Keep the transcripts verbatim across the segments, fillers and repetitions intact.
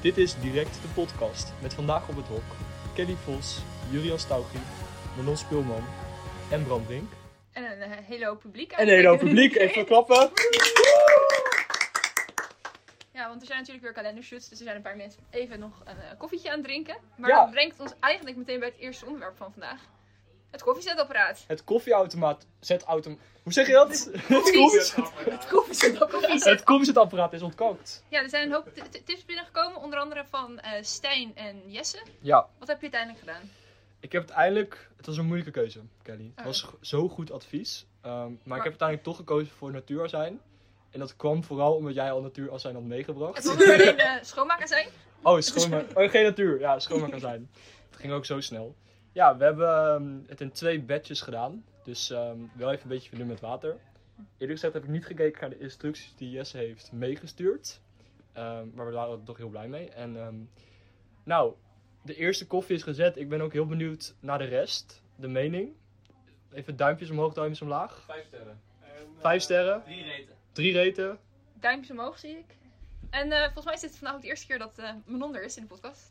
Dit is Direct de podcast met vandaag op het hok Kelly Vos, Jurian Stauchi, Manon Spulman en Bram Brink. En een uh, hele hoop publiek. En een hele hoop publiek, even klappen. Ja, want er zijn natuurlijk weer kalendershoots, dus er zijn een paar mensen even nog een uh, koffietje aan het drinken. Maar Ja. dat brengt ons eigenlijk meteen bij het eerste onderwerp van vandaag. Het koffiezetapparaat. Het koffieautomaat, zetautomaat, hoe zeg je dat? Het koffiezet- Het koffiezetapparaat. Het koffiezetapparaat is ontkookt. Ja, er zijn een hoop t- t- tips binnengekomen, onder andere van uh, Stijn en Jesse. Ja, Wat heb je uiteindelijk gedaan? ik heb uiteindelijk, het was een moeilijke keuze, Kelly. Het Oh. was go- zo goed advies, um, maar, Maar- ik heb uiteindelijk toch gekozen voor natuurazijn. En dat kwam vooral omdat jij al natuurazijn had meegebracht. Het moet alleen uh, schoonmaker zijn. Oh, schoonmaak. Oh, geen natuur. Ja, schoonmaakazijn. Het ging ook zo snel. Ja, we hebben um, het in twee batches gedaan. Dus um, wel even een beetje verdunnen met water. Eerlijk gezegd heb ik niet gekeken naar de instructies die Jesse heeft meegestuurd. Um, maar we waren er toch heel blij mee. En um, nou, de eerste koffie is gezet. Ik ben ook heel benieuwd naar de rest. De mening. Even duimpjes omhoog, duimpjes omlaag. Vijf sterren. En, uh, Vijf sterren. Drie reten. Drie reten. Duimpjes omhoog zie ik. En uh, volgens mij is dit vandaag ook de eerste keer dat uh, Manon er is in de podcast.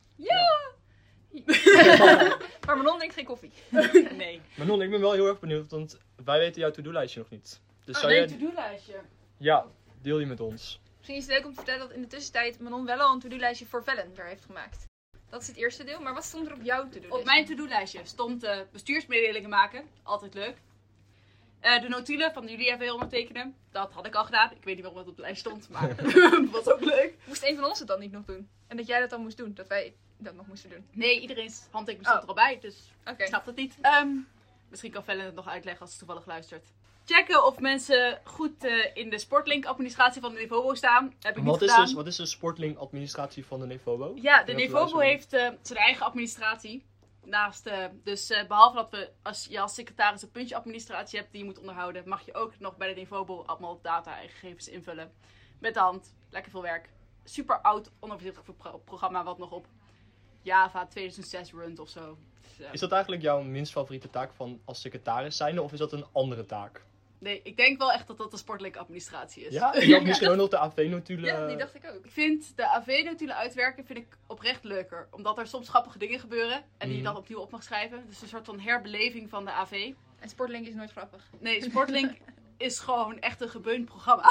Maar Manon drinkt geen koffie. Nee. Manon, ik ben wel heel erg benieuwd, want wij weten jouw to-do-lijstje nog niet. Dus Oh, zou nee, jij... to-do-lijstje. Ja, deel die met ons. Misschien is het leuk om te vertellen dat in de tussentijd Manon wel al een to-do-lijstje voor Vellen weer heeft gemaakt. Dat is het eerste deel, maar wat stond er op jouw to-do-lijstje? Op mijn to-do-lijstje stond uh, bestuursmededelingen maken. Altijd leuk. Uh, de notulen van de Julia V ondertekenen. Dat had ik al gedaan. Ik weet niet waarom het op de lijst stond, maar was ook leuk. Moest een van ons het dan niet nog doen? En dat jij dat dan moest doen? Dat wij dat nog moesten doen? Nee, iedereen's handtekening stond Oh. er al bij, dus Oké. ik snap het niet. Um, misschien kan Vellen het nog uitleggen als ze toevallig luistert. Checken of mensen goed uh, in de Sportlink-administratie van de Nevobo staan. Heb ik Wat niet is, gedaan. dus, wat is de sportlink-administratie van de Nevobo? Ja, de En dat Nevobo luisteren. heeft uh, zijn eigen administratie. Naast, uh, dus uh, behalve dat we als je als secretaris een puntje-administratie hebt die je moet onderhouden, mag je ook nog bij de Nevobo allemaal data en gegevens invullen. Met de hand. Lekker veel werk. Super oud, onoverzichtelijk pro- programma wat nog op Java tweeduizend zes runt of zo. Dus, uh, Is dat eigenlijk jouw minst favoriete taak van als secretaris zijnde, of is dat een andere taak? Nee, ik denk wel echt dat dat de Sportlink-administratie is. Ja, en je had misschien ook nog de A V-notulen. Ja, die dacht ik ook. Ik vind de A V-notulen uitwerken vind ik oprecht leuker. Omdat er soms grappige dingen gebeuren en die je Mhm. dan opnieuw op mag schrijven. Dus een soort van herbeleving van de A V. En Sportlink is nooit grappig. Nee, Sportlink is gewoon echt een gebeund programma.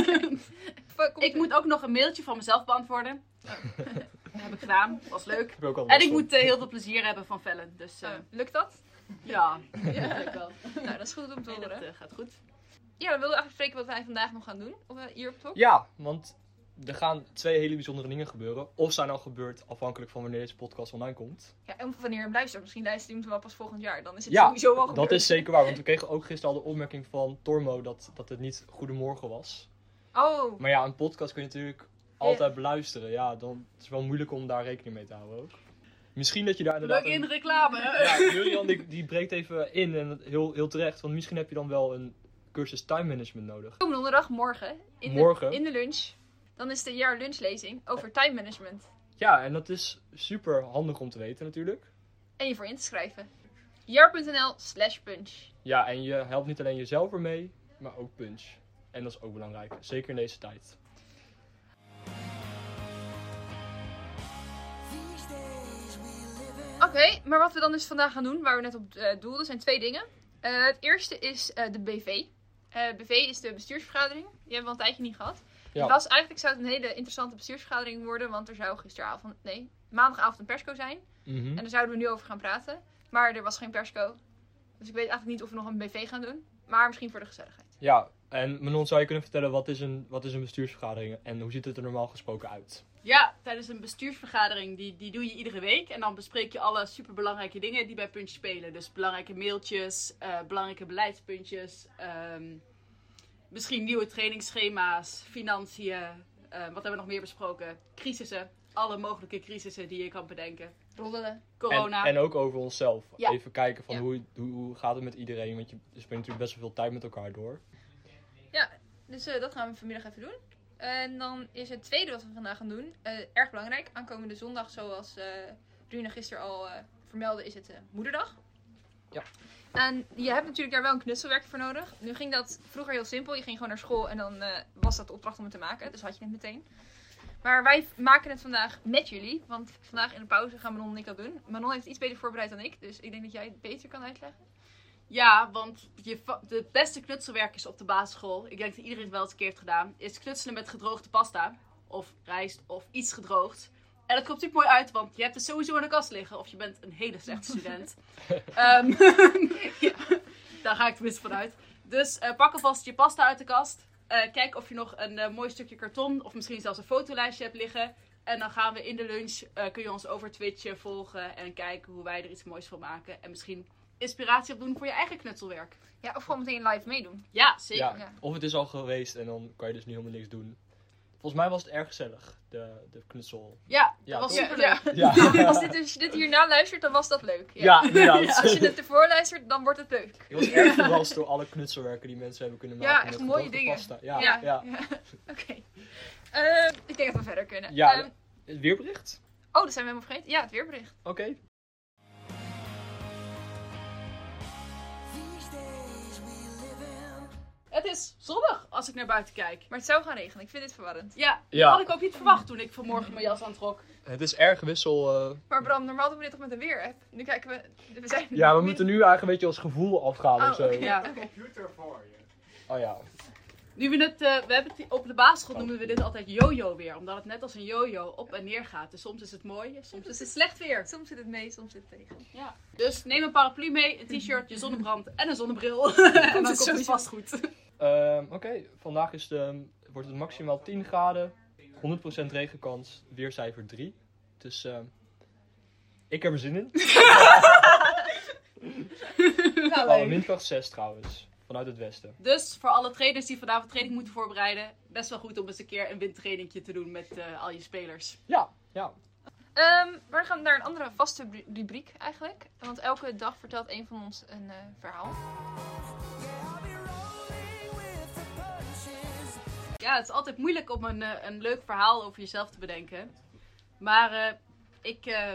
Ik moet ook nog een mailtje van mezelf beantwoorden. Dat heb ik gedaan, was leuk. Heb je ook al En ik last van. moet uh, heel veel plezier hebben van Vellen. Dus uh, Uh, lukt dat? ja, Ja. lukt wel. Nou, dat is goed om te Nee, dat horen. uh, gaat goed. Ja, dan wilden we eigenlijk spreken wat wij vandaag nog gaan doen. Of uh, hier op top. Ja, want er gaan twee hele bijzondere dingen gebeuren. Of zijn al gebeurd, afhankelijk van wanneer deze podcast online komt. Ja, en wanneer je hem luistert. Misschien luistert hij hem wel pas volgend jaar. Dan is het Ja, sowieso wel gebeurd. Dat is zeker waar, want we kregen ook gisteren al de opmerking van Tormo dat, dat het niet Goedemorgen was. Oh, Maar ja, een podcast kun je natuurlijk altijd beluisteren. Ja, dan is het wel moeilijk om daar rekening mee te houden ook. Misschien dat je daar inderdaad... Leuk in de een- reclame. Ja, Julian die, die breekt even in en heel, heel terecht. Want misschien heb je dan wel een cursus time management nodig. komende donderdag, morgen. In Morgen. De, in de lunch. Dan is de jaar lunchlezing over time management. Ja, en dat is super handig om te weten natuurlijk. En je voor in te schrijven. jaar.nl slash punch. Ja, en je helpt niet alleen jezelf ermee, maar ook Punch. En dat is ook belangrijk, zeker in deze tijd. Oké, okay, maar wat we dan dus vandaag gaan doen, waar we net op uh, doelden, zijn twee dingen. Uh, het eerste is uh, de B V. Uh, B V is de bestuursvergadering. Die hebben we al een tijdje niet gehad. Ja. Het was eigenlijk zou het een hele interessante bestuursvergadering worden, want er zou gisteravond, nee, maandagavond een persco zijn. Mhm. En daar zouden we nu over gaan praten. Maar er was geen persco. Dus ik weet eigenlijk niet of we nog een B V gaan doen. Maar misschien voor de gezelligheid. Ja, en Manon, zou je kunnen vertellen wat is, een, wat is een bestuursvergadering en hoe ziet het er normaal gesproken uit? Ja, tijdens een bestuursvergadering, die, die doe je iedere week. En dan bespreek je alle superbelangrijke dingen die bij Punch spelen. Dus belangrijke mailtjes, uh, belangrijke beleidspuntjes, um, misschien nieuwe trainingsschema's, financiën. Uh, wat hebben we nog meer besproken? Crisissen, alle mogelijke crisissen die je kan bedenken. Roddelen. Corona. En, en ook over onszelf. Ja. Even kijken van Ja. hoe, hoe, hoe gaat het met iedereen, want je spreekt natuurlijk best wel veel tijd met elkaar door. Ja, dus uh, dat gaan we vanmiddag even doen. En dan is het tweede wat we vandaag gaan doen, uh, erg belangrijk. Aankomende zondag, zoals uh, Rune gisteren al uh, vermeldde, is het uh, Moederdag. Ja. En je hebt natuurlijk daar wel een knutselwerk voor nodig. Nu ging dat vroeger heel simpel. Je ging gewoon naar school en dan uh, was dat de opdracht om het te maken. Dus had je het meteen. Maar wij maken het vandaag met jullie. Want vandaag in de pauze gaan Manon en ik dat doen. Manon heeft het iets beter voorbereid dan ik. Dus ik denk dat jij het beter kan uitleggen. Ja, want je, va- de beste knutselwerkjes op de basisschool, ik denk dat iedereen het wel eens een keer heeft gedaan, is knutselen met gedroogde pasta. Of rijst, of iets gedroogd. En dat komt natuurlijk mooi uit, want je hebt het sowieso in de kast liggen. Of je bent een hele slechte student. Ehm, ja, daar ga ik tenminste vanuit. Dus uh, pak alvast je pasta uit de kast. Uh, kijk of je nog een uh, mooi stukje karton, of misschien zelfs een fotolijstje hebt liggen. En dan gaan we in de lunch, uh, kun je ons over Twitch volgen en kijken hoe wij er iets moois van maken. En misschien inspiratie opdoen voor je eigen knutselwerk. Ja, of gewoon meteen live meedoen. Ja, zeker. Ja, Ja. of het is al geweest en dan kan je dus nu helemaal niks doen. Volgens mij was het erg gezellig, de, de knutsel. Ja, Ja, dat was toch? superleuk. Ja. Ja, Als, dit, dus- als je dit hierna luistert, dan was dat leuk. Ja. ja, inderdaad. Als je het ervoor luistert, dan wordt het leuk. Ik was erg verrast door alle knutselwerken die mensen hebben kunnen Ja, maken. echt met mooie gedroogde dingen. Pasta. Ja, Ja. ja. Ja. Oké. Eh, ik denk dat we verder kunnen. Ja, Ehm, Het weerbericht? oh, dat zijn we helemaal vergeten. Ja, het weerbericht. Oké. Het is zonnig als ik naar buiten kijk. Maar het zou gaan regenen. Ik vind dit verwarrend. Ja, Ja. dat had ik ook niet verwacht toen ik vanmorgen mijn jas aantrok. Het is erg wissel. eh. Maar Bram, normaal doen we dit toch met een weer-app? Nu kijken we... We zijn Ja, we moeten nu eigenlijk een beetje ons gevoel afgaan Oh, of zo. oké. Ja. Oké. Computer voor je. Oh ja. Nu we het, uh, we hebben het op de basisschool noemen we dit altijd yo-yo weer. Omdat het net als een yo-yo op en neer gaat. Dus soms is het mooi, soms is het slecht weer. Soms zit het mee, soms zit het tegen. Ja. Dus neem een paraplu mee, een t-shirt, je zonnebrand en een zonnebril. en dan komt het het vast goed. Ehm, Oké, vandaag is de, wordt het maximaal tien graden. honderd procent regenkans. Weercijfer drie. Dus ehm, ik heb er zin in. Nou, Oh, leuk. windkracht zes trouwens. Vanuit het westen. Dus voor alle trainers die vanavond training moeten voorbereiden, best wel goed om eens een keer een windtrainingje te doen met uh, al je spelers. Ja, ja. Ehm, maar we gaan naar een andere vaste ru- rubriek eigenlijk. Want elke dag vertelt een van ons een eh, verhaal. Ja, het is altijd moeilijk om een, uh, een leuk verhaal over jezelf te bedenken. Maar uh, ik uh,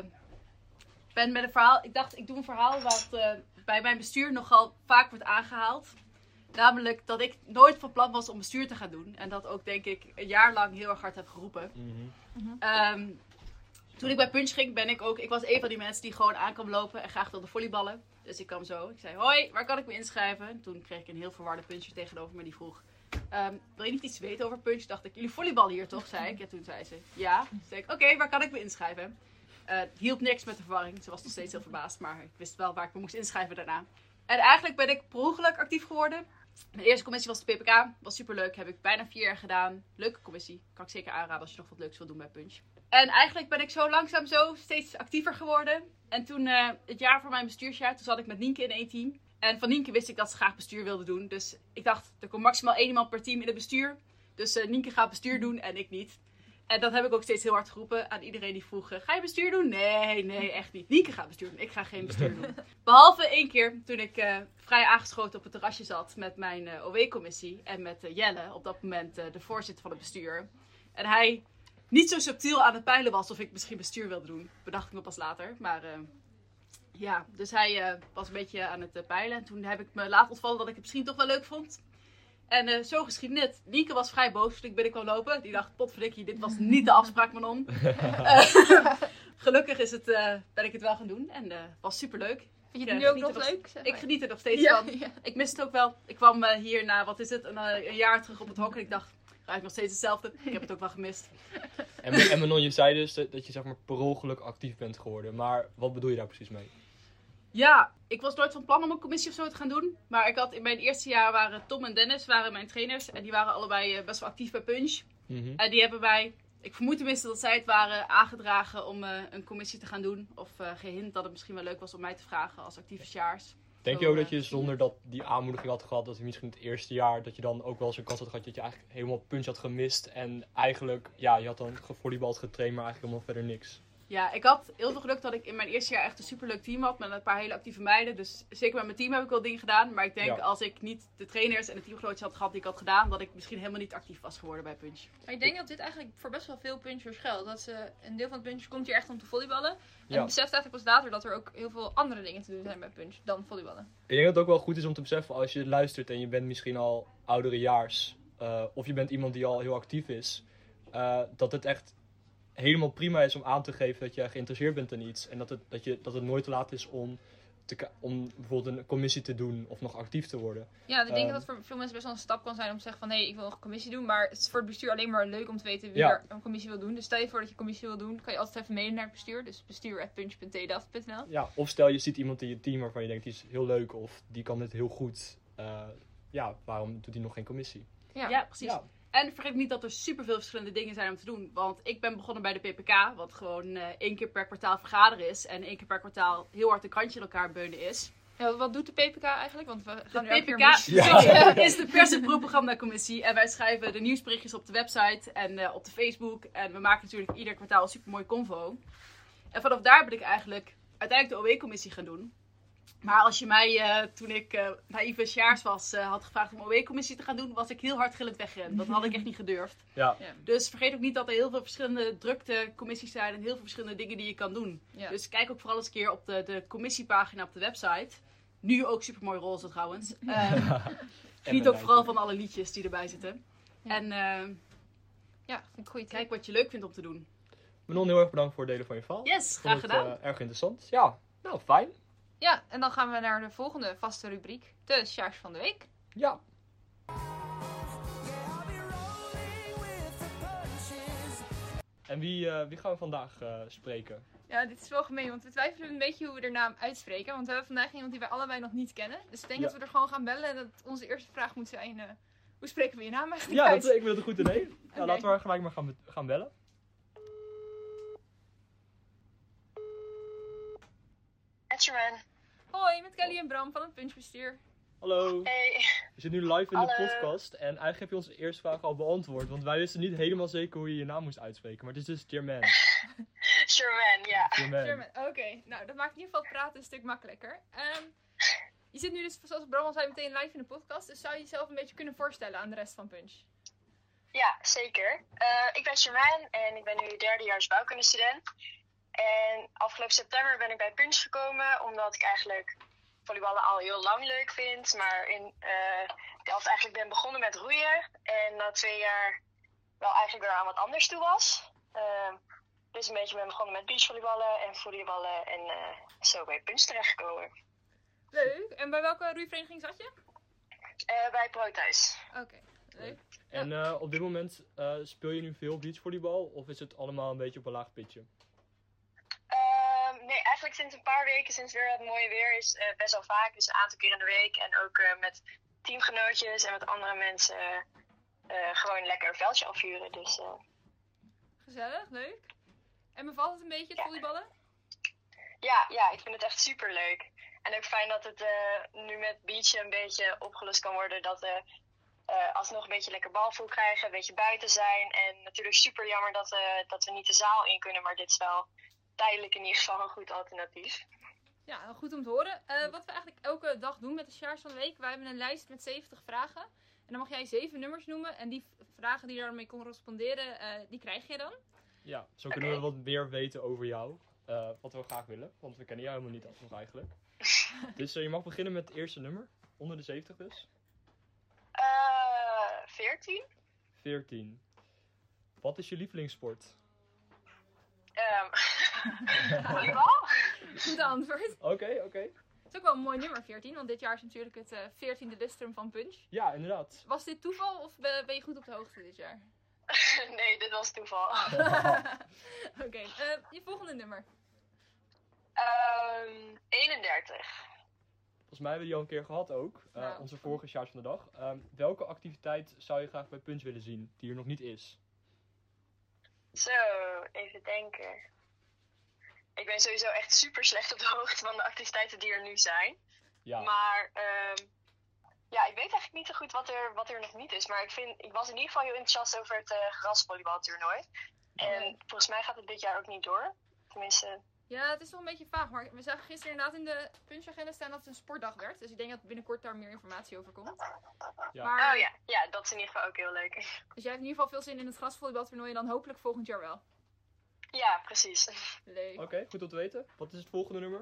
ben met een verhaal, ik dacht ik doe een verhaal wat uh, bij mijn bestuur nogal vaak wordt aangehaald. Namelijk dat ik nooit van plan was om bestuur te gaan doen. En dat ook denk ik een jaar lang heel erg hard heb geroepen. Mhm. Um, toen ik bij Punch ging, ben ik ook... Ik was een van die mensen die gewoon aan kwam lopen en graag wilde volleyballen. Dus ik kwam zo. Ik zei, hoi, waar kan ik me inschrijven? En toen kreeg ik een heel verwarde puncher tegenover me die vroeg... Um, wil je niet iets weten over Punch? Dacht ik, jullie volleyballen hier toch? Zei ik. En toen zei ze, ja. Toen zei ik, oké, okay, waar kan ik me inschrijven? Uh, het hielp niks met de verwarring. Ze was nog steeds heel verbaasd, maar ik wist wel waar ik me moest inschrijven daarna. En eigenlijk ben ik per ongeluk actief geworden. Mijn eerste commissie was de P P K. Was superleuk. Heb ik bijna vier jaar gedaan. Leuke commissie. Kan ik zeker aanraden als je nog wat leuks wil doen bij Punch. En eigenlijk ben ik zo langzaam zo steeds actiever geworden. En toen uh, het jaar voor mijn bestuursjaar, toen zat ik met Nienke in één team. En van Nienke wist ik dat ze graag bestuur wilde doen. Dus ik dacht, er komt maximaal één iemand per team in het bestuur. Dus uh, Nienke gaat bestuur doen en ik niet. En dat heb ik ook steeds heel hard geroepen aan iedereen die vroeg, ga je bestuur doen? Nee, nee, echt niet. Nienke gaat bestuur doen. Ik ga geen bestuur doen. Behalve één keer toen ik uh, vrij aangeschoten op het terrasje zat met mijn uh, O W-commissie. En met uh, Jelle, op dat moment uh, de voorzitter van het bestuur. En hij niet zo subtiel aan het peilen was of ik misschien bestuur wilde doen. Bedacht ik me pas later. Maar uh, ja, dus hij uh, was een beetje aan het uh, peilen. En toen heb ik me laten ontvallen dat ik het misschien toch wel leuk vond. En uh, zo geschiedde het. Nienke was vrij boos toen ik binnen kwam lopen. Die dacht, potverdikkie, dit was niet de afspraak, Manon. uh, gelukkig is het, uh, ben ik het wel gaan doen. En het uh, was superleuk. Vind je Ik, het uh, nu ook geniet nog er leuk? Zeg Ik maar. geniet er nog steeds Ja, van. ja. Ik mis het ook wel. Ik kwam uh, hier na, wat is het, een, uh, een jaar terug op het hok. En ik dacht, eigenlijk nog steeds hetzelfde. Ik heb het ook wel gemist. En, en Manon, je zei dus dat, dat je zeg maar per ongeluk actief bent geworden. Maar wat bedoel je daar precies mee? Ja, ik was nooit van plan om een commissie of zo te gaan doen. Maar ik had in mijn eerste jaar waren Tom en Dennis waren mijn trainers. En die waren allebei uh, best wel actief bij Punch. Mhm. En die hebben mij, ik vermoed tenminste dat zij het waren, aangedragen om uh, een commissie te gaan doen. Of uh, gehint dat het misschien wel leuk was om mij te vragen als actieve sjaars. Denk Zo, je ook uh, dat je zonder dat die aanmoediging had gehad, dat je misschien het eerste jaar, dat je dan ook wel eens een kans had gehad dat je eigenlijk helemaal Punch had gemist. En eigenlijk, ja, je had dan gevolleybald getraind, maar eigenlijk helemaal verder niks. Ja, ik had heel veel geluk dat ik in mijn eerste jaar echt een superleuk team had. Met een paar hele actieve meiden. Dus zeker met mijn team heb ik wel dingen gedaan. Maar ik denk Ja. als ik niet de trainers en de teamgenootjes had gehad die ik had gedaan, dat ik misschien helemaal niet actief was geworden bij Punch. Maar ik denk dat dit eigenlijk voor best wel veel punchers geldt. Dat ze, een deel van het punch komt hier echt om te volleyballen. En Ja. ik besef eigenlijk pas later dat er ook heel veel andere dingen te doen zijn bij punch dan volleyballen. Ik denk dat het ook wel goed is om te beseffen als je luistert en je bent misschien al ouderejaars. Uh, of je bent iemand die al heel actief is. Uh, dat het echt helemaal prima is om aan te geven dat je geïnteresseerd bent in iets. En dat het, dat je, dat het nooit te laat is om, te, ka- om bijvoorbeeld een commissie te doen of nog actief te worden. Ja, ik denk Ehm. dat het voor veel mensen best wel een stap kan zijn om te zeggen van hé, hey, ik wil een commissie doen. Maar het is voor het bestuur alleen maar leuk om te weten wie Ja. er een commissie wil doen. Dus stel je voor dat je een commissie wil doen, kan je altijd even mailen naar het bestuur. Dus bestuur at punch punt t delft punt n l. Ja, of stel je ziet iemand in je team waarvan je denkt die is heel leuk of die kan dit heel goed. Uh, ja, waarom doet hij nog geen commissie? Ja. Ja, precies. Ja. En vergeet niet dat er superveel verschillende dingen zijn om te doen. Want ik ben begonnen bij de P P K, wat gewoon uh, één keer per kwartaal vergaderen is. En één keer per kwartaal heel hard een krantje in elkaar beunen is. Ja, wat doet de P P K eigenlijk? Want we gaan nu De elke P keer P een K beetje- Ja. is de pers- en propagandacommissie. En wij schrijven de nieuwsberichtjes op de website en uh, op de Facebook. En we maken natuurlijk ieder kwartaal een supermooi convo. En vanaf daar ben ik eigenlijk uiteindelijk de O E-commissie gaan doen. Maar als je mij, uh, toen ik uh, naïeve sjaars was, uh, had gevraagd om O E-commissie te gaan doen, was ik heel hard gillend weggerend. Dat had ik echt niet gedurfd. Ja. Ja. Dus vergeet ook niet dat er heel veel verschillende drukte commissies zijn en heel veel verschillende dingen die je kan doen. Ja. Dus kijk ook vooral eens een keer op de, de commissiepagina op de website. Nu ook supermooi roze trouwens. Um, geniet ook een vooral lijntje. van alle liedjes die erbij zitten. Ja. En uh, Ja, vind ik een goeie tip. kijk wat je leuk vindt om te doen. Manon, heel erg bedankt voor het delen van je verhaal. Yes, Ik graag vond het, gedaan. uh, erg interessant. Ja, nou fijn. Ja, en dan gaan we naar de volgende vaste rubriek. De Sjaars van de Week. Ja. En wie, uh, wie gaan we vandaag uh, spreken? Ja, dit is wel gemeen, want we twijfelen een beetje hoe we de naam uitspreken. Want we hebben vandaag iemand die wij allebei nog niet kennen. Dus ik denk Ja. dat we er gewoon gaan bellen. En dat onze eerste vraag moet zijn, uh, hoe spreken we je naam eigenlijk Ja, uit? dat, ik vind het een goed idee. Ja, Oké. laten we haar gelijk maar gaan, be- gaan bellen. Edgerman. Hoi, met Kelly en Bram van het Punchbestuur. Hallo. Hey. We zitten nu live in de Hallo. podcast en eigenlijk heb je onze eerste vraag al beantwoord. Want wij wisten niet helemaal zeker hoe je je naam moest uitspreken. Maar het is dus Germain. Sherman, ja. Germain. German, oké. Nou, dat maakt in ieder geval het praten een stuk makkelijker. Ehm, je zit nu dus, zoals Bram al zei, meteen live in de podcast. Dus zou je jezelf een beetje kunnen voorstellen aan de rest van Punch? Ja, zeker. Uh, ik ben Sherman en ik ben nu derdejaars bouwkundestudent. En afgelopen september ben ik bij Punch gekomen, omdat ik eigenlijk volleyballen al heel lang leuk vind. Maar in uh, Delft eigenlijk ben begonnen met roeien. En na twee jaar wel eigenlijk weer aan wat anders toe was. Uh, dus een beetje ben begonnen met beachvolleyballen en volleyballen en uh, zo bij Punch terechtgekomen. Leuk. En bij welke roeivereniging zat je? Uh, bij Pro thuis. Oké, leuk. En uh, op dit moment uh, speel je nu veel beachvolleybal of is het allemaal een beetje op een laag pitje? Uh, nee, eigenlijk sinds een paar weken, sinds weer het mooie weer is, uh, best wel vaak. Dus een aantal keer in de week. En ook uh, met teamgenootjes en met andere mensen uh, gewoon lekker een veldje afvuren. Dus, uh... Gezellig, leuk. En bevalt het een beetje, het Ja. volleyballen? ja, ja, ik vind het echt super leuk. En ook fijn dat het uh, nu met beachen een beetje opgelost kan worden. Dat we uh, alsnog een beetje lekker balvoel krijgen, een beetje buiten zijn. En natuurlijk super jammer dat, uh, dat we niet de zaal in kunnen, maar dit is wel tijdelijk in ieder geval een goed alternatief. Ja, nou, goed om te horen. Uh, wat we eigenlijk elke dag doen met de Sjaars van de Week. Wij hebben een lijst met zeventig vragen. En dan mag jij zeven nummers noemen. En die vragen die daarmee corresponderen, uh, die krijg je dan. Ja, zo kunnen Oké. we wat meer weten over jou. Uh, wat we graag willen, want we kennen jou helemaal niet nog eigenlijk. Dus uh, je mag beginnen met het eerste nummer, onder de zeventig dus. Uh, veertien? veertien. Wat is je lievelingssport? Um, volleybal? Goed antwoord. Oké, okay, oké. Okay. Het is ook wel een mooi nummer, veertien. Want dit jaar is natuurlijk het uh, veertiende lustrum van Punch. Ja, inderdaad. Was dit toeval of ben je goed op de hoogte dit jaar? Nee, dit was toeval. Oké, okay, uh, je volgende nummer. Um, eenendertig. Volgens mij hebben we die al een keer gehad ook. Uh, Nou. Onze vorige Sjaars van de dag. Um, welke activiteit zou je graag bij Punch willen zien, die er nog niet is? Zo, even denken. Ik ben sowieso echt super slecht op de hoogte van de activiteiten die er nu zijn. Ja. Maar um, ja, ik weet eigenlijk niet zo goed wat er, wat er nog niet is. Maar ik, vind, ik was in ieder geval heel enthousiast over het uh, grasvolleybaltoernooi. En Nee. volgens mij gaat het dit jaar ook niet door. Tenminste... Ja, het is nog een beetje vaag, maar we zagen gisteren inderdaad in de punchagenda staan dat het een sportdag werd. Dus ik denk dat binnenkort daar meer informatie over komt. Ja. Maar, Oh ja, ja, dat is in ieder geval ook heel leuk. Dus jij hebt in ieder geval veel zin in het grasvolleybaltoernooi en dan hopelijk volgend jaar wel. Ja, precies. Leuk. Oké, okay, goed om te weten. Wat is het volgende nummer?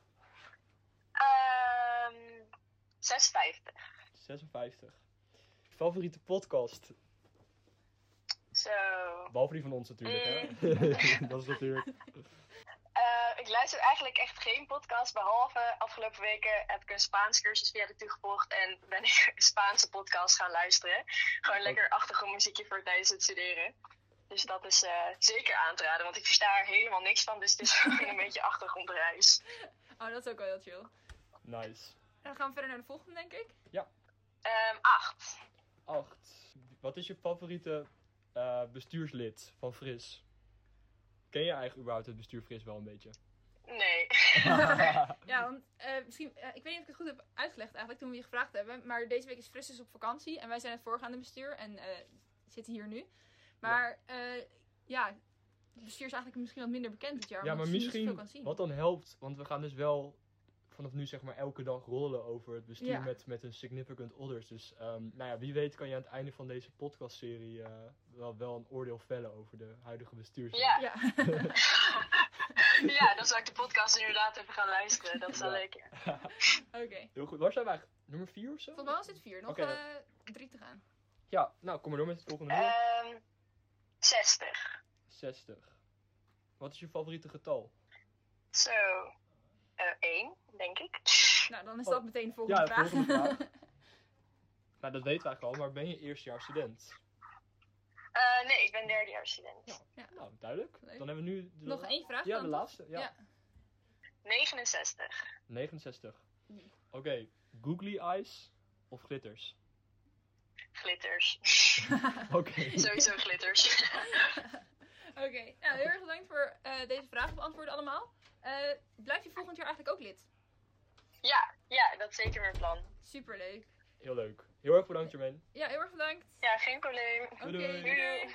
Um, zesenvijftig. zesenvijftig. Favoriete podcast? Zo. Behalve die van ons natuurlijk, hè. Dat is natuurlijk... Uh, ik luister eigenlijk echt geen podcast, behalve afgelopen weken heb ik een Spaans cursus via de T U gevolgd en ben ik een Spaanse podcast gaan luisteren. Gewoon lekker achtergrondmuziekje voor tijdens het studeren. Dus dat is uh, zeker aan te raden, want ik versta er helemaal niks van, dus het is gewoon een beetje achtergrondreis. Oh, dat is ook wel heel chill. Nice. En dan gaan we verder naar de volgende, denk ik. Um, acht. Acht. Wat is je favoriete uh, bestuurslid van Fris? Ken je eigenlijk überhaupt het bestuur Fris wel een beetje? Nee. Ja, want uh, misschien, uh, ik weet niet of ik het goed heb uitgelegd eigenlijk toen we je gevraagd hebben. Maar deze week is Fris dus op vakantie en wij zijn het voorgaande bestuur en uh, zitten hier nu. Maar ja, uh, ja het bestuur is eigenlijk misschien wat minder bekend dit jaar. Ja, maar je misschien niet kan zien. wat dan helpt, want we gaan dus wel vanaf nu zeg maar elke dag rollen over het bestuur Ja. met, met een significant others. Dus um, nou ja, wie weet kan je aan het einde van deze podcastserie uh, wel, wel een oordeel vellen over de huidige bestuurs. Ja. Ja. Ja, dan zou ik de podcast inderdaad even gaan luisteren. Dat is wel Ja. leuk, ja. Oké. Okay. Heel goed. Waar zijn we eigenlijk? Nummer vier of zo? Volgens mij was dit vier. Nog Oké, okay, dan- uh, drie te gaan. Ja, nou kom maar door met het volgende nummer. Um, zestig. zestig. Wat is je favoriete getal? Zo. Uh, één, denk ik. Nou, dan is Oh. dat meteen de volgende Ja, vraag. de volgende vraag. Nou, dat weten we eigenlijk al, maar ben je eerstejaars student? Uh, nee, ik ben derdejaars student. Ja. Nou, duidelijk. Leuk. Dan hebben we nu... De Nog één vraag Ja, dan, de toch? laatste. Ja. Ja. negenenzestig. negenenzestig. Mm. Oké, okay. Googly eyes of glitters? Glitters. Oké. Sowieso glitters. Oké, okay. Nou, heel erg bedankt voor uh, deze vragen beantwoorden allemaal. Uh, blijf je volgend jaar eigenlijk ook lid? Ja, ja, dat is zeker mijn plan. Superleuk. Heel leuk. Heel erg bedankt, Jermaine. Ja, heel erg bedankt. Ja, geen probleem. Oké, Doei, doei. doei, doei.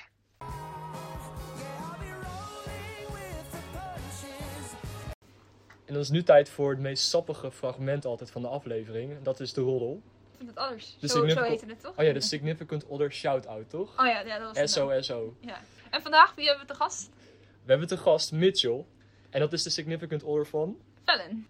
En dan is nu tijd voor het meest sappige fragment altijd van de aflevering. Dat is de roddel. Ik vind het anders. De Zo, zo significant- heette het toch? Oh ja, de Significant Other Shout-out, toch? Oh ja, ja dat was het S dan. O S O. Ja. En vandaag, wie hebben we te gast? We hebben te gast Mitchell. En dat is de Significant Other van... Fallon.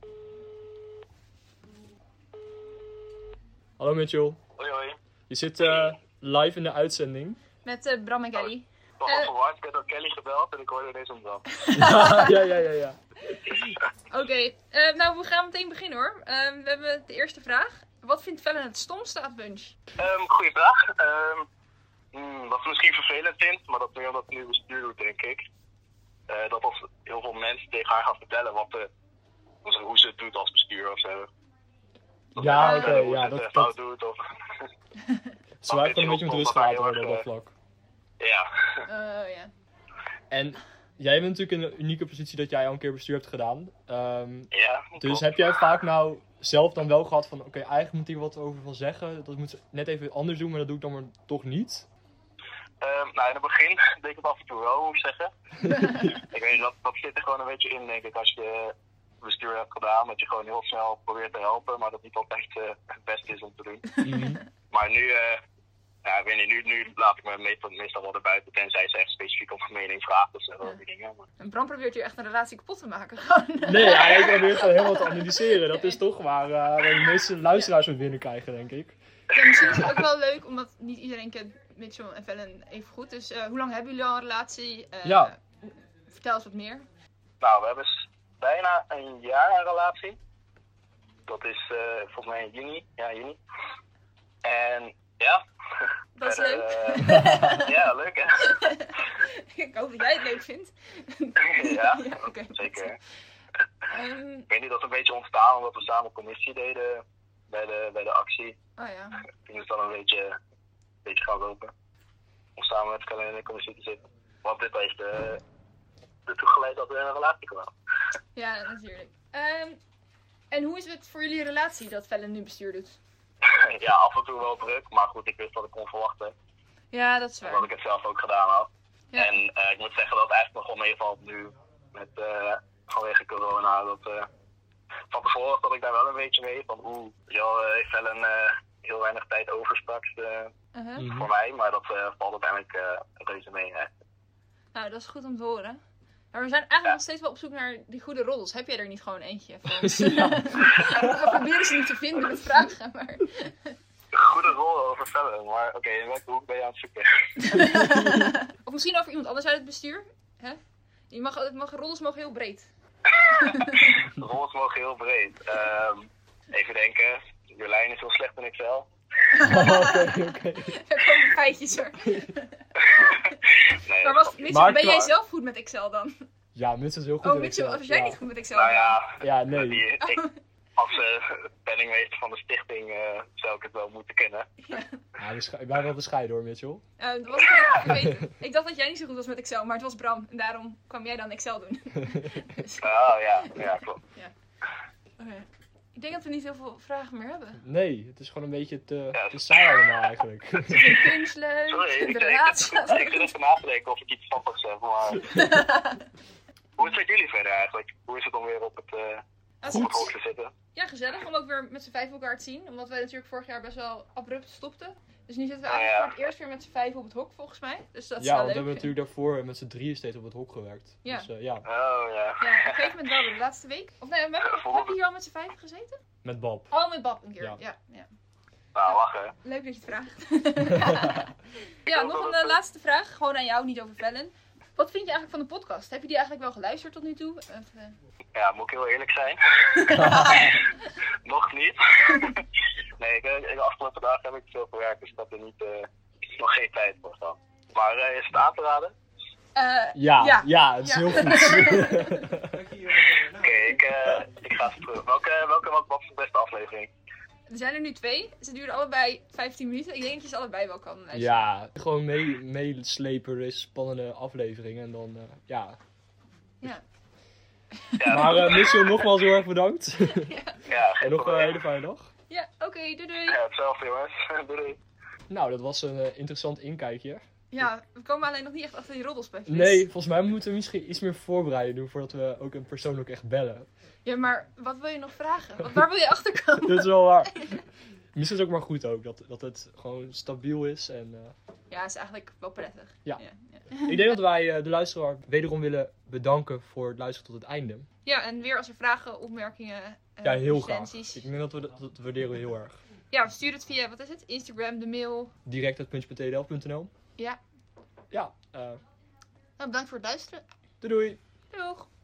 Hallo Mitchell. Hoi hoi. Je zit uh, live in de uitzending. Met uh, Bram en Kelly. Ik was Eh. al verward, ik heb door Kelly gebeld en ik hoorde ineens om Bram. ja, ja, ja, ja. Oké, okay. uh, nou we gaan meteen beginnen hoor. Uh, we hebben de eerste vraag. Wat vindt Fallon het stomste aan Bunch? Um, goeie vraag. Um, hmm, wat ik misschien vervelend vind, maar dat meer omdat het nu bestuur doet, denk ik. Uh, dat als heel veel mensen tegen haar gaan vertellen wat de, hoe ze het doet als bestuur of zo. Dat Ja, ze oké, vertellen hoe ja, ze dat- het uh, dat- fout doet of... Ze waren gewoon een beetje met rust gelaten worden op dat vlak. Ja. Uh, ja. En jij bent natuurlijk in een unieke positie dat jij al een keer bestuur hebt gedaan. Um, Ja, dus klopt. heb jij vaak nou zelf dan wel gehad van... Oké, okay, eigenlijk moet hier wat over van zeggen. Dat moet ze net even anders doen, maar dat doe ik dan maar toch niet. Um, nou, in het begin deed ik het af en toe wel, moet ik zeggen. Ik weet niet, dat, dat zit er gewoon een beetje in, denk ik, als je bestuur hebt gedaan. Dat je gewoon heel snel probeert te helpen, maar dat niet altijd uh, het beste is om te doen. Mm-hmm. Maar nu, uh, ja, ik weet niet, nu, nu laat ik me meestal, meestal wel erbuiten, tenzij ze echt specifiek om mijn mening vraagt. Dus dat die dingen. Maar... En Bram probeert hier echt een relatie kapot te maken. Nee, ja, hij probeert gewoon helemaal te analyseren. Dat is toch waar uh, we de meeste luisteraars mee binnenkrijgen, denk ik. Ja, misschien is het ook wel leuk, omdat niet iedereen kent Mitchell en Fallon even goed. Dus uh, hoe lang hebben jullie al een relatie? Uh, Ja. Vertel eens wat meer. Nou, we hebben s- bijna een jaar een relatie. Dat is uh, volgens mij in juni. Ja, juni. En ja. Dat is verder, leuk. uh, ja, leuk hè. Ik hoop dat jij het leuk vindt. ja, Ja, oké. zeker. Um, Ik weet niet, dat is een beetje ontstaan omdat we samen commissie deden bij de, bij de actie. oh ja. Toen is het dan een beetje, een beetje gaan lopen. Om samen met Kalin in de commissie te zitten. Want dit heeft uh, ertoe geleid dat we in een relatie kwamen. Ja, natuurlijk. Um, en hoe is het voor jullie relatie dat Fallon nu bestuur doet? Ja, af en toe wel druk, maar goed, ik wist wat ik kon verwachten. Ja, dat is Omdat waar. ik het zelf ook gedaan had. Ja. En uh, ik moet zeggen dat het eigenlijk nog wel meevalt nu. Met, uh, vanwege corona. Dat, uh, van tevoren had ik daar wel een beetje mee. Van oeh, Joh uh, heeft wel een uh, heel weinig tijd over straks uh, Uh-huh. Mm-hmm. voor mij. Maar dat uh, valt uiteindelijk uh, reuze mee. Hè. Nou, dat is goed om te horen. Maar we zijn eigenlijk Ja. nog steeds wel op zoek naar die goede roddels. Heb jij er niet gewoon eentje voor ons? Ja. We proberen ze niet te vinden met vragen, maar... Goede rol over Fallon, maar oké, okay, in welke hoek ben je aan het zoeken? Of misschien over iemand anders uit het bestuur. Hè? Je mag, het mag, rollers mogen heel breed. De rollers mogen heel breed. Um, even denken. Jolijn is heel slecht in Excel. Oké, oké. Er komen feitjes hoor. Nee, Maar was, dat- Mitchell, Maar ben jij qua- zelf goed met Excel dan? Ja, Mitchell is heel goed Oh, in Mitchell, Excel. was jij ja. niet goed met Excel? Nou ja, Ja, nee. die, ik, als uh, penningmeester van de stichting uh, zou ik het wel moeten kennen. Ja, besche- ik ben wel bescheiden hoor, Mitchell. Uh, dat was ik, ik, weet, ik dacht dat jij niet zo goed was met Excel, maar het was Bram. En daarom kwam jij dan Excel doen. Dus, Oh ja, ja klopt. okay. Ik denk dat we niet heel veel vragen meer hebben. Nee, het is gewoon een beetje te, Ja. te saai allemaal eigenlijk. De kunstleuk, Sorry, ik, de ik, ik, raadzaal. ik zit even na te denken of ik iets stappigs heb, maar... Hoe is het met jullie verder eigenlijk? Hoe is het om weer op het, uh, Ah, op het goed. hoofd te zitten? Ja, gezellig om ook weer met z'n vijf elkaar te zien. Omdat wij natuurlijk vorig jaar best wel abrupt stopten. Dus nu zitten we Ah, eigenlijk ja. voor het eerst weer met z'n vijf op het hok, volgens mij. Dus dat is Ja, wel want we leuk. hebben natuurlijk daarvoor met z'n drieën steeds op het hok gewerkt. Ja. Dus uh, ja, Oh ja. Ja, op een gegeven moment wel de laatste week. Of nee, we hebben, hebben we hier al met z'n vijf gezeten? met Bab. Oh, met Bab een keer. Ja. Ja, ja. Nou, lachen. Leuk dat je het vraagt. Ja, nog een uh, laatste vraag. Gewoon aan jou, niet over Vellen. Wat vind je eigenlijk van de podcast? Heb je die eigenlijk wel geluisterd tot nu toe? Of, uh... Ja, moet ik heel eerlijk zijn? Nog niet. Nee, ik, ik, de afgelopen dagen heb ik veel gewerkt, dus ik heb er niet, uh, nog geen tijd voor gehad. Maar uh, is het aan te raden? Uh, Ja, ja, ja. het is Ja. heel goed. Oké, okay, ik, uh, ik ga even terug. Welke, welke wat, wat is de beste aflevering? Er zijn er nu twee. Ze duren allebei vijftien minuten. Ik denk dat je ze allebei wel kan luisteren. Ja, gewoon mee- meeslepen is spannende afleveringen en dan, uh, ja. Ja. Ja, Maar uh, Mitchell, nogmaals heel erg bedankt. ja, geen En nog een probleem. hele fijne dag. Ja, oké, okay, doei doei. Ja, hetzelfde jongens. doei doei. Nou, dat was een uh, interessant inkijkje. Ja, we komen alleen nog niet echt achter die roddelspetjes. Nee, volgens mij moeten we misschien iets meer voorbereiden doen voordat we ook een persoon ook echt bellen. Ja, maar wat wil je nog vragen? Wat, waar wil je achter komen? Dat is wel waar. Misschien is het ook maar goed ook, dat, dat het gewoon stabiel is. En, uh, Ja, is eigenlijk wel prettig. Ja. Ja, ja. ik denk dat wij uh, de luisteraar wederom willen bedanken voor het luisteren tot het einde. Ja, en weer als er vragen, opmerkingen, uh, Ja, heel graag. recensies. Ik denk dat we dat, dat waarderen we heel erg. Ja, stuur het via, wat is het? Instagram, de mail. Direct uit puntje punt t d l punt n l. Ja. Ja, uh, Nou, bedankt voor het luisteren. doei doei. Doeg!